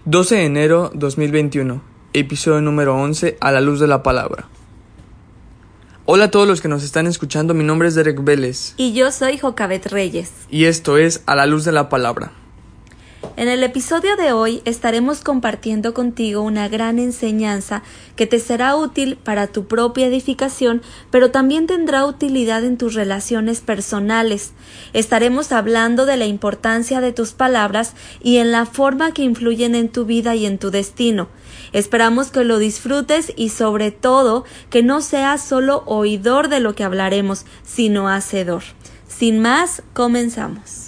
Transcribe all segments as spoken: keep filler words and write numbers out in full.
doce de enero dos mil veintiuno, episodio número once, a la luz de la palabra. Hola a todos los que nos están escuchando, mi nombre es Derek Vélez. Y yo soy Jocabet Reyes. Y esto es A la luz de la palabra. En el episodio de hoy estaremos compartiendo contigo una gran enseñanza que te será útil para tu propia edificación, pero también tendrá utilidad en tus relaciones personales. Estaremos hablando de la importancia de tus palabras y en la forma que influyen en tu vida y en tu destino. Esperamos que lo disfrutes y sobre todo que no seas solo oidor de lo que hablaremos, sino hacedor. Sin más, comenzamos.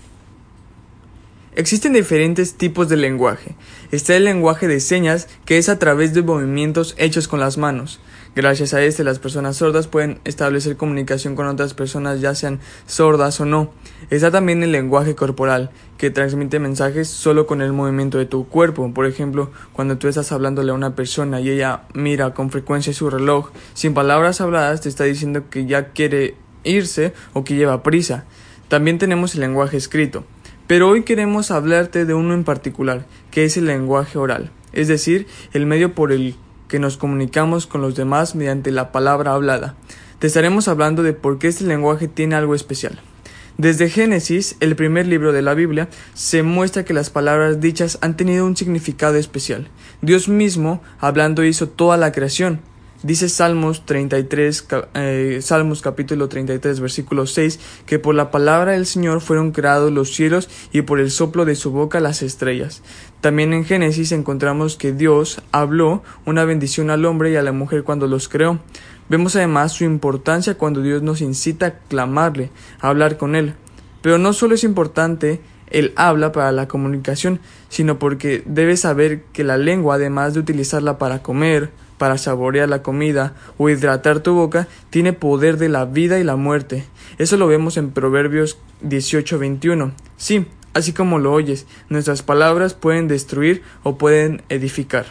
Existen diferentes tipos de lenguaje. Está el lenguaje de señas, que es a través de movimientos hechos con las manos. Gracias a este, las personas sordas pueden establecer comunicación con otras personas, ya sean sordas o no. Está también el lenguaje corporal, que transmite mensajes solo con el movimiento de tu cuerpo. Por ejemplo, cuando tú estás hablándole a una persona y ella mira con frecuencia su reloj, sin palabras habladas te está diciendo que ya quiere irse o que lleva prisa. También tenemos el lenguaje escrito. Pero hoy queremos hablarte de uno en particular, que es el lenguaje oral, es decir, el medio por el que nos comunicamos con los demás mediante la palabra hablada. Te estaremos hablando de por qué este lenguaje tiene algo especial. Desde Génesis, el primer libro de la Biblia, se muestra que las palabras dichas han tenido un significado especial. Dios mismo, hablando, hizo toda la creación. Dice Salmos treinta y tres, eh, Salmos capítulo treinta y tres, versículo seis, que por la palabra del Señor fueron creados los cielos y por el soplo de su boca las estrellas. También en Génesis encontramos que Dios habló una bendición al hombre y a la mujer cuando los creó. Vemos además su importancia cuando Dios nos incita a clamarle, a hablar con Él. Pero no solo es importante el habla para la comunicación, sino porque debes saber que la lengua, además de utilizarla para comer, para saborear la comida o hidratar tu boca, tiene poder de la vida y la muerte. Eso lo vemos en Proverbios dieciocho veintiuno. Sí, así como lo oyes, nuestras palabras pueden destruir o pueden edificar.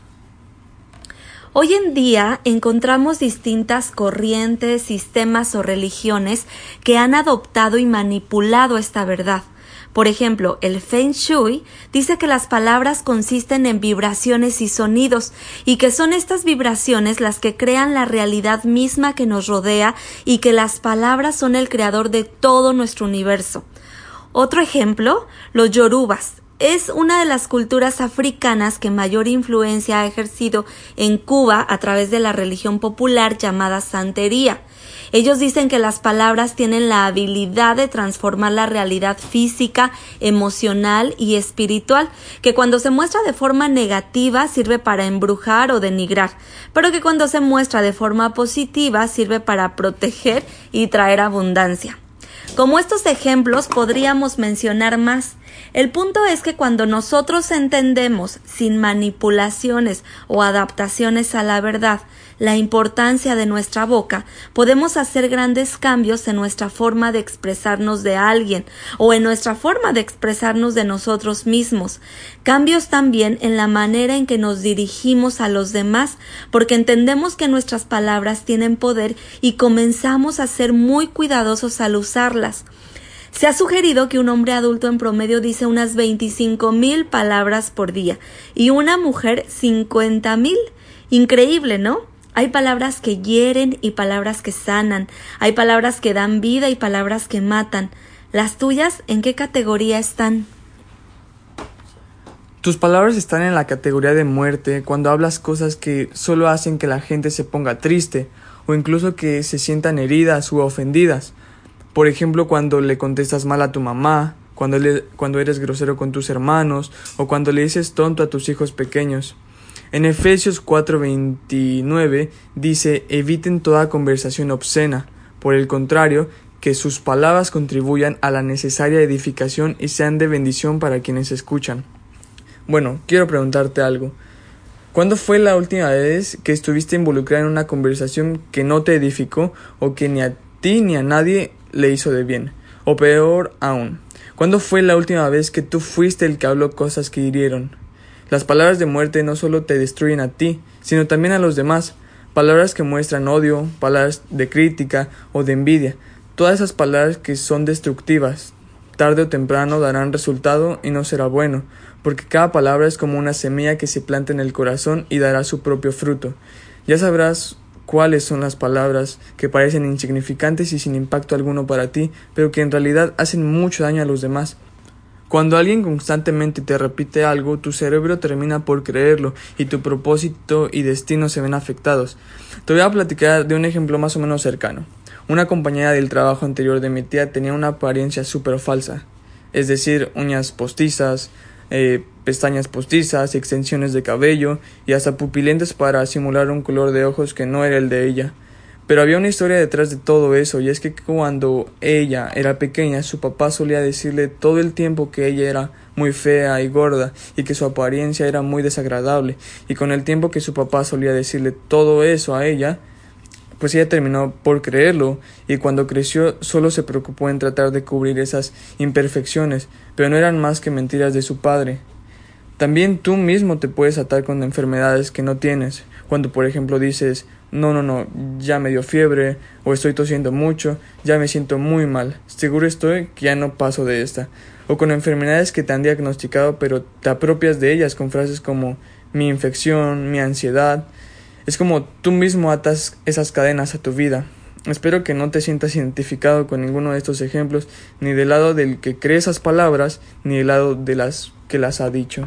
Hoy en día encontramos distintas corrientes, sistemas o religiones que han adoptado y manipulado esta verdad. Por ejemplo, el Feng Shui dice que las palabras consisten en vibraciones y sonidos, y que son estas vibraciones las que crean la realidad misma que nos rodea, y que las palabras son el creador de todo nuestro universo. Otro ejemplo, los yorubas. Es una de las culturas africanas que mayor influencia ha ejercido en Cuba a través de la religión popular llamada santería. Ellos dicen que las palabras tienen la habilidad de transformar la realidad física, emocional y espiritual, que cuando se muestra de forma negativa sirve para embrujar o denigrar, pero que cuando se muestra de forma positiva sirve para proteger y traer abundancia. Como estos ejemplos podríamos mencionar más. El punto es que cuando nosotros entendemos, sin manipulaciones o adaptaciones a la verdad, la importancia de nuestra boca, podemos hacer grandes cambios en nuestra forma de expresarnos de alguien o en nuestra forma de expresarnos de nosotros mismos. Cambios también en la manera en que nos dirigimos a los demás, porque entendemos que nuestras palabras tienen poder y comenzamos a ser muy cuidadosos al usarlas. Se ha sugerido que un hombre adulto en promedio dice unas veinticinco mil palabras por día y una mujer cincuenta mil. Increíble, ¿no? Hay palabras que hieren y palabras que sanan. Hay palabras que dan vida y palabras que matan. ¿Las tuyas en qué categoría están? Tus palabras están en la categoría de muerte cuando hablas cosas que solo hacen que la gente se ponga triste o incluso que se sientan heridas u ofendidas. Por ejemplo, cuando le contestas mal a tu mamá, cuando, le, cuando eres grosero con tus hermanos o cuando le dices tonto a tus hijos pequeños. En Efesios cuatro veintinueve dice: eviten toda conversación obscena. Por el contrario, que sus palabras contribuyan a la necesaria edificación y sean de bendición para quienes escuchan. Bueno, quiero preguntarte algo. ¿Cuándo fue la última vez que estuviste involucrado en una conversación que no te edificó o que ni a ti ni a nadie le hizo de bien? O peor aún, ¿cuándo fue la última vez que tú fuiste el que habló cosas que hirieron? Las palabras de muerte no solo te destruyen a ti, sino también a los demás. Palabras que muestran odio, palabras de crítica o de envidia. Todas esas palabras que son destructivas. tarde o temprano darán resultado y no será bueno, porque cada palabra es como una semilla que se planta en el corazón y dará su propio fruto. Ya sabrás cuáles son las palabras que parecen insignificantes y sin impacto alguno para ti, pero que en realidad hacen mucho daño a los demás. Cuando alguien constantemente te repite algo, tu cerebro termina por creerlo y tu propósito y destino se ven afectados. Te voy a platicar de un ejemplo más o menos cercano. Una compañera del trabajo anterior de mi tía tenía una apariencia súper falsa, es decir, uñas postizas, eh, pestañas postizas, extensiones de cabello y hasta pupilentes para simular un color de ojos que no era el de ella. Pero había una historia detrás de todo eso, y es que cuando ella era pequeña, su papá solía decirle todo el tiempo que ella era muy fea y gorda, y que su apariencia era muy desagradable, y con el tiempo que su papá solía decirle todo eso a ella, pues ella terminó por creerlo, y cuando creció solo se preocupó en tratar de cubrir esas imperfecciones, pero no eran más que mentiras de su padre. También tú mismo te puedes atar con enfermedades que no tienes, cuando por ejemplo dices, no, no, no, ya me dio fiebre, o estoy tosiendo mucho, ya me siento muy mal, seguro estoy que ya no paso de esta. O con enfermedades que te han diagnosticado, pero te apropias de ellas con frases como mi infección, mi ansiedad. Es como tú mismo atas esas cadenas a tu vida. Espero que no te sientas identificado con ninguno de estos ejemplos, ni del lado del que cree esas palabras, ni del lado de las que las ha dicho.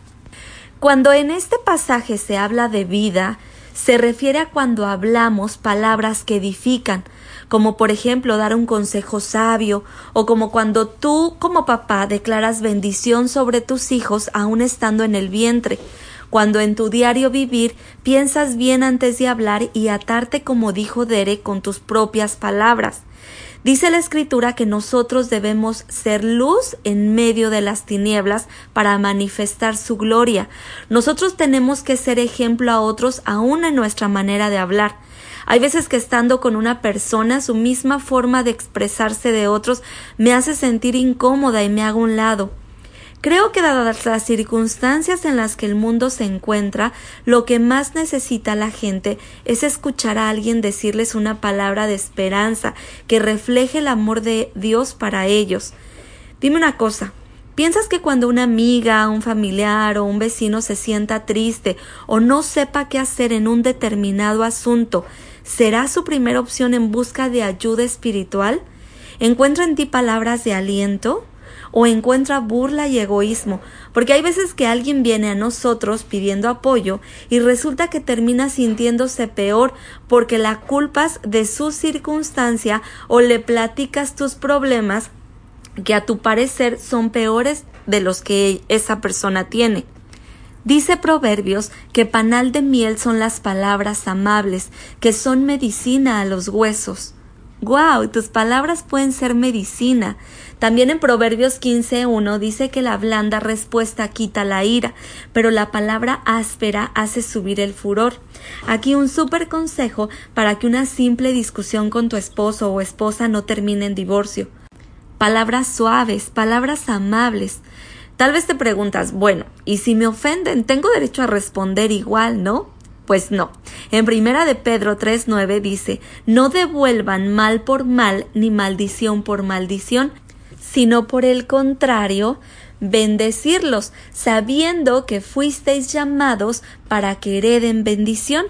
Cuando en este pasaje se habla de vida, se refiere a cuando hablamos palabras que edifican, como por ejemplo dar un consejo sabio, o como cuando tú como papá declaras bendición sobre tus hijos aún estando en el vientre, cuando en tu diario vivir piensas bien antes de hablar y atarte como dijo Derek con tus propias palabras. Dice la Escritura que nosotros debemos ser luz en medio de las tinieblas para manifestar su gloria. Nosotros tenemos que ser ejemplo a otros aún en nuestra manera de hablar. Hay veces que estando con una persona, su misma forma de expresarse de otros me hace sentir incómoda y me hago a un lado. Creo que dadas las circunstancias en las que el mundo se encuentra, lo que más necesita la gente es escuchar a alguien decirles una palabra de esperanza que refleje el amor de Dios para ellos. Dime una cosa, ¿piensas que cuando una amiga, un familiar o un vecino se sienta triste o no sepa qué hacer en un determinado asunto, será su primera opción en busca de ayuda espiritual? ¿Encuentra en ti palabras de aliento? ¿O encuentra burla y egoísmo? Porque hay veces que alguien viene a nosotros pidiendo apoyo y resulta que termina sintiéndose peor porque la culpas de su circunstancia o le platicas tus problemas que a tu parecer son peores de los que esa persona tiene. Dice Proverbios que panal de miel son las palabras amables, que son medicina a los huesos. ¡Guau! Tus palabras pueden ser medicina. También en Proverbios quince uno dice que la blanda respuesta quita la ira, pero la palabra áspera hace subir el furor. Aquí un súper consejo para que una simple discusión con tu esposo o esposa no termine en divorcio. Palabras suaves, palabras amables. Tal vez te preguntas, bueno, ¿y si me ofenden? Tengo derecho a responder igual, ¿no? Pues no. En Primera de Pedro tres nueve dice, no devuelvan mal por mal ni maldición por maldición, sino por el contrario, bendecirlos, sabiendo que fuisteis llamados para que hereden bendición.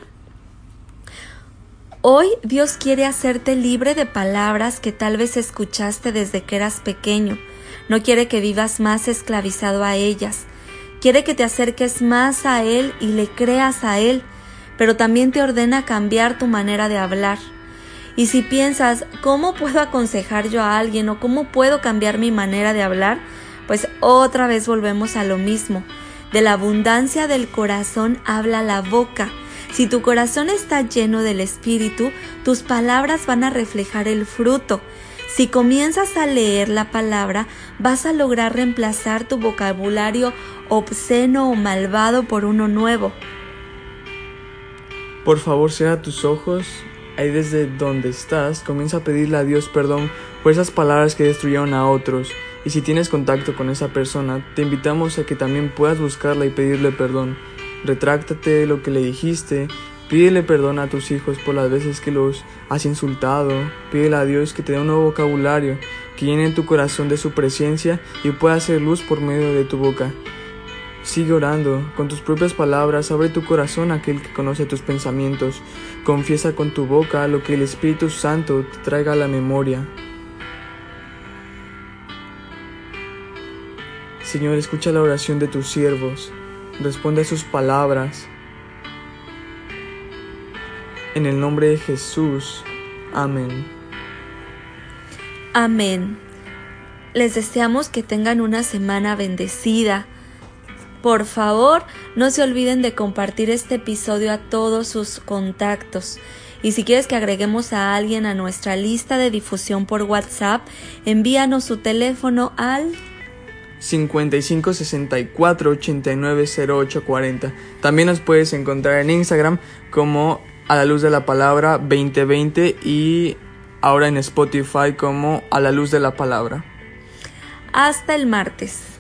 Hoy Dios quiere hacerte libre de palabras que tal vez escuchaste desde que eras pequeño. No quiere que vivas más esclavizado a ellas. Quiere que te acerques más a Él y le creas a Él, pero también te ordena cambiar tu manera de hablar. Y si piensas, ¿cómo puedo aconsejar yo a alguien o cómo puedo cambiar mi manera de hablar? Pues otra vez volvemos a lo mismo. De la abundancia del corazón habla la boca. Si tu corazón está lleno del Espíritu, tus palabras van a reflejar el fruto. Si comienzas a leer la palabra, vas a lograr reemplazar tu vocabulario obsceno o malvado por uno nuevo. Por favor, cierra tus ojos, ahí desde donde estás, comienza a pedirle a Dios perdón por esas palabras que destruyeron a otros. Y si tienes contacto con esa persona, te invitamos a que también puedas buscarla y pedirle perdón. Retráctate de lo que le dijiste, pídele perdón a tus hijos por las veces que los has insultado, pídele a Dios que te dé un nuevo vocabulario que llene tu corazón de su presencia y pueda hacer luz por medio de tu boca. Sigue orando, con tus propias palabras, abre tu corazón a aquel que conoce tus pensamientos. Confiesa con tu boca lo que el Espíritu Santo te traiga a la memoria. Señor, escucha la oración de tus siervos, responde a sus palabras. En el nombre de Jesús, amén. Amén. Les deseamos que tengan una semana bendecida. Por favor, no se olviden de compartir este episodio a todos sus contactos. Y si quieres que agreguemos a alguien a nuestra lista de difusión por WhatsApp, envíanos su teléfono al cincuenta y cinco sesenta y cuatro ochenta y nueve cero ocho cuarenta. También nos puedes encontrar en Instagram como A la Luz de la Palabra veinte veinte y ahora en Spotify como A la Luz de la Palabra. Hasta el martes.